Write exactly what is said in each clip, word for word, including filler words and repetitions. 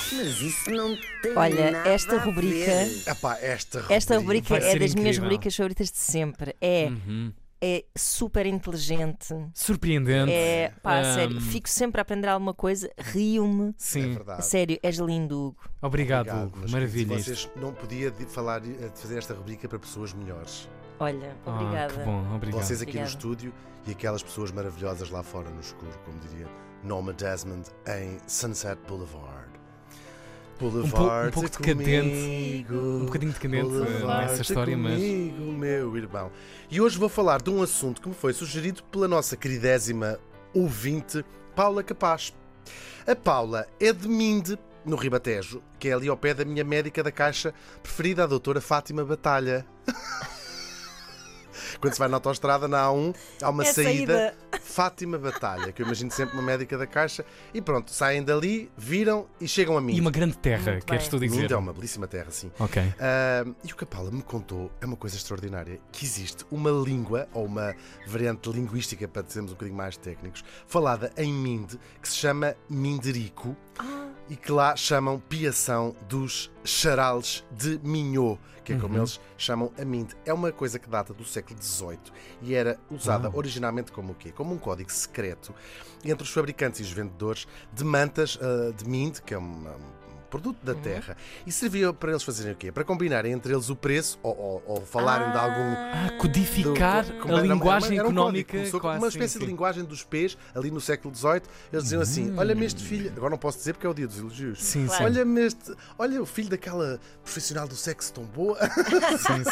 Mas isso não tem Olha, nada esta a rubrica, ver. Epá, esta rubrica. esta rubrica vai é ser das minhas incrível. rubricas favoritas de sempre. É, Uhum. é super inteligente. Surpreendente. É, pá, Ahm, sério, fico sempre a aprender alguma coisa, rio-me. É Sim. verdade. Sério, és lindo, Hugo. Obrigado, Obrigado, Hugo. meus Maravilha queridos. isto. Vocês não podia de falar, de fazer esta rubrica para pessoas melhores. Olha, Ah, obrigada. que bom, obrigado. Vocês aqui Obrigada. no estúdio e aquelas pessoas maravilhosas lá fora no escuro, como diria Norma Desmond em Sunset Boulevard. Boulevard um pouco comigo, decadente, um bocadinho decadente Boulevard nessa história, mas- comigo, meu irmão. E hoje vou falar de um assunto que me foi sugerido pela nossa queridésima ouvinte, Paula Capaz. A Paula é de Minde, no Ribatejo, que é ali ao pé da minha médica da caixa preferida, a doutora Fátima Batalha. Quando se vai na autoestrada, na A um, há uma É saída, saída. Fátima Batalha, que eu imagino sempre uma médica da caixa, e pronto, saem dali, viram e chegam a mim. E uma grande terra, Muito queres bem. tu dizer? Minde é uma belíssima terra, sim. Ok. Ah, e o que a Paula me contou é uma coisa extraordinária, que existe uma língua, ou uma variante linguística, para dizermos um bocadinho mais técnicos, falada em Minde, que se chama Minderico, e que lá chamam piação dos charales de Minho, que é como Uhum. eles chamam a Minde. É uma coisa que data do século dezoito e era usada Uau. originalmente como o quê? Como um código secreto entre os fabricantes e os vendedores de mantas ah, de Minde, que é uma, um produto da terra, e servia para eles fazerem o quê? Para combinarem entre eles o preço ou, ou- ou falarem de algum Ah, codificar do- a como era- linguagem era um código, económica. começou com quase, uma sim, espécie de sim. linguagem dos P's, ali no século dezoito. Eles diziam assim: olha-me este filho, agora não posso dizer porque é o dia dos elogios. Sim, Claro. sim. Olha-me este, olha o filho daquela profissional do sexo tão boa, Sim,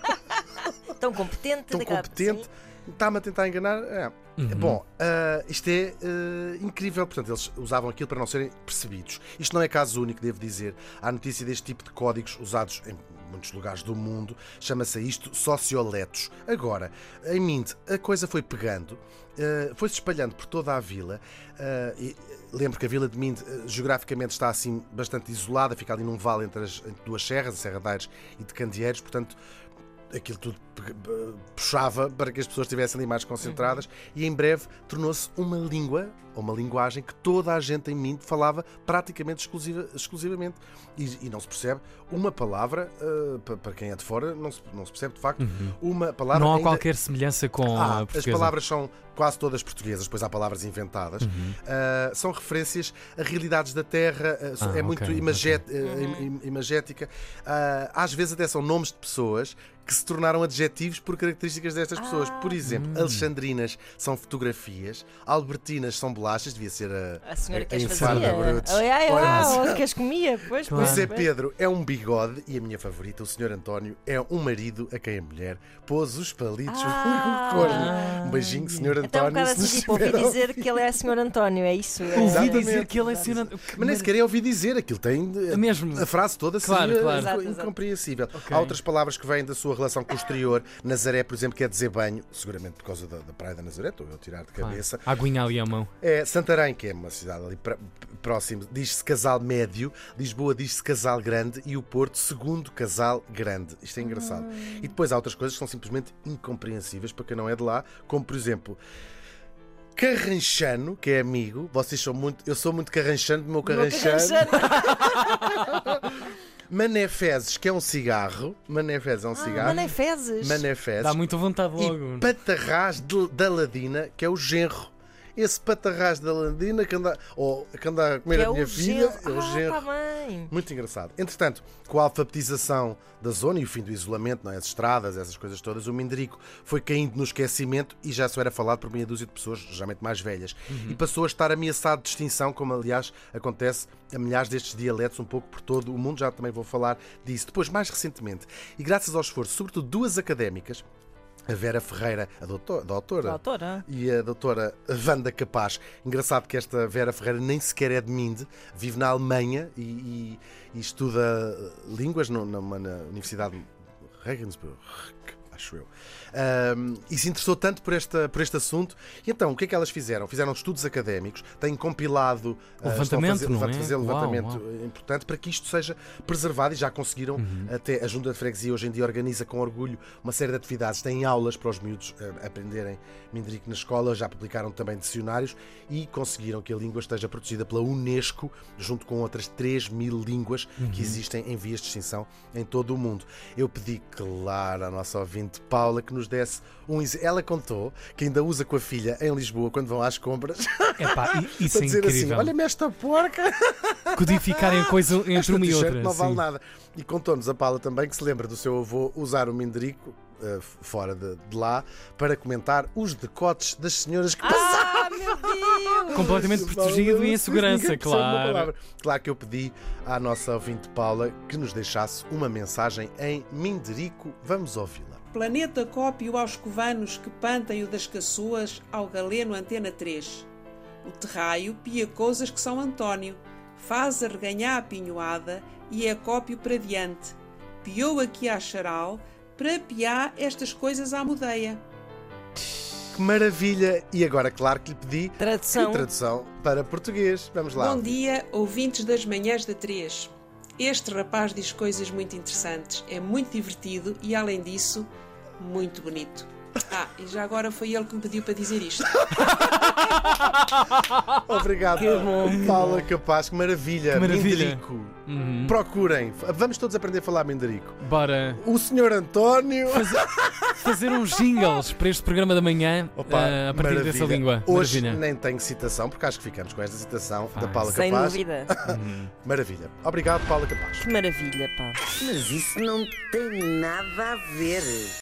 sim. Tão competente. tão daquela- competente, está-me a tentar enganar. É. Uhum. Bom, ah, isto é ah, incrível, portanto, eles usavam aquilo para não serem percebidos. Isto não é caso único, devo dizer. Há notícia deste tipo de códigos usados em muitos lugares do mundo. Chama-se a isto socioletos. Agora, em Minde, a coisa foi pegando, ah, foi-se espalhando por toda a vila. ah, e, lembro que a vila de Minde, ah, geograficamente, está assim bastante isolada, fica ali num vale entre as entre duas serras, a Serra de Aires e de Candeeiros, portanto, aquilo tudo pe- pe- puxava para que as pessoas estivessem ali mais concentradas e em breve tornou-se uma língua, ou uma linguagem que toda a gente em Minde falava praticamente exclusiva, exclusivamente. E, e não se percebe uma palavra, uh, pa- para quem é de fora, não se, não se percebe de facto uma palavra. Não há ainda- qualquer semelhança com Ah, a as portuguesa. palavras são quase todas portuguesas, depois há palavras inventadas. Ah, são referências a realidades da terra, ah, so- Ah, é muito ok, imagé- ah, im- im- imagética. Ah, às vezes até são nomes de pessoas que se tornaram adjetivos por características destas pessoas. Por exemplo, alexandrinas são fotografias, albertinas são bolachas, devia ser a, A senhora a, que a as Infarda fazia. Brutos. Ai, ai, Olha, ai, que as comia. Pois, Claro. o pois, Zé pois. Pedro é um bigode e a minha favorita, o senhor António, é um marido a quem a mulher pôs os palitos Ah. no corno. Um beijinho, senhor Até um António. bocado se nos assim, tipo, ouvi estiver a dizer que ele é senhor António, é isso? É- Ouvi Exatamente. dizer que ele é senhor... Mas nem sequer é ouvir dizer, aquilo tem É mesmo. a frase toda Claro, seria claro. Exato, exato. incompreensível. Ok. Há outras palavras que vêm da sua relação com o exterior. Nazaré, por exemplo, quer dizer banho, seguramente por causa da, da praia da Nazaré, estou eu a tirar de Claro. cabeça. A aguinha ali à mão. É Santarém, que é uma cidade ali pra- próximo, diz-se casal médio, Lisboa diz-se casal grande e o Porto segundo casal grande. Isto é engraçado. E depois há outras coisas que são simplesmente incompreensíveis para quem não é de lá, como por exemplo carranchano, que é amigo. Vocês são muito, eu sou muito carranchano do meu Meu carranchano. carranchano. Mané Fezes, que é um cigarro. Mané Fezes é um Ah, cigarro. Mané Fezes. Mané Fezes. Dá muita vontade logo. E Patarrás de- da Ladina, que é o genro. Esse Patarrás da Ladina que anda, ou, que anda a comer Que a é minha o filha genro. é o Ah, genro. tá bem. Muito engraçado. Entretanto, com a alfabetização da zona e o fim do isolamento, não é? As estradas, essas coisas todas, o Minderico foi caindo no esquecimento e já só era falado por meia dúzia de pessoas, geralmente mais velhas. E passou a estar ameaçado de extinção, como aliás acontece a milhares destes dialetos um pouco por todo o mundo. Já também vou falar disso. Depois, mais recentemente, e graças ao esforço, sobretudo duas académicas, a Vera Ferreira, a doutora, doutora Doutora. e a doutora Wanda Capaz. Engraçado que esta Vera Ferreira nem sequer é de Minde, vive na Alemanha e, e- e estuda línguas no- numa- na Universidade de Regensburg. Acho acho eu. Um, e se interessou tanto por, esta, por este assunto. E então, o que é que elas fizeram? Fizeram estudos académicos, têm compilado O uh, levantamento, estão a fazer, não é? fazer Uau, levantamento uau. importante para que isto seja preservado, e já conseguiram. Uhum. Até a Junta de Freguesia hoje em dia organiza com orgulho uma série de atividades, tem aulas para os miúdos uh, aprenderem Minderico na escola, já publicaram também dicionários e conseguiram que a língua esteja protegida pela Unesco, junto com outras três mil línguas Uhum. que existem em vias de extinção em todo o mundo. Eu pedi, claro, à nossa ouvinte Paula que nos desse um exemplo. Ela contou que ainda usa com a filha em Lisboa quando vão às compras Epá, i- isso para é dizer assim: incrível. olha-me esta porca. Codificarem a coisa entre Esta uma e t-shirt outra. não vale sim. nada. E contou-nos a Paula também que se lembra do seu avô usar o Minderico uh, fora de, de lá para comentar os decotes das senhoras que passavam. Ah, meu Deus! Completamente protegido e em segurança, Ninguém percebe uma claro. palavra. Claro que eu pedi à nossa ouvinte Paula que nos deixasse uma mensagem em Minderico. Vamos ouvi-la. Planeta cópio aos covanos que pantem o das caçoas ao galeno Antena três. O terraio pia coisas que são António, faz arreganhar a pinhoada e é cópio para diante. Piou aqui à charal, para piar estas coisas à mudeia. Que maravilha! E agora, claro que lhe pedi Tradução. que tradução para português. Vamos lá. Bom dia, ouvintes das manhãs da três. Este rapaz diz coisas muito interessantes, é muito divertido e, além disso, muito bonito. Ah, e já agora foi ele que me pediu para dizer isto. Obrigado, Que bom, que Paula Capaz. Que maravilha. Que maravilha. Minderico. Uhum. Procurem. Vamos todos aprender a falar Minderico. Bora O senhor António. fazer uns jingles para este programa da manhã Opa, eh, a partir maravilha. dessa língua. Hoje Maravilha. nem tenho citação, porque acho que ficamos com esta citação Vai. da Paula Sem Capaz. dúvida. Maravilha. Obrigado, Paula Capaz. Que maravilha, pá. Mas isso não tem nada a ver.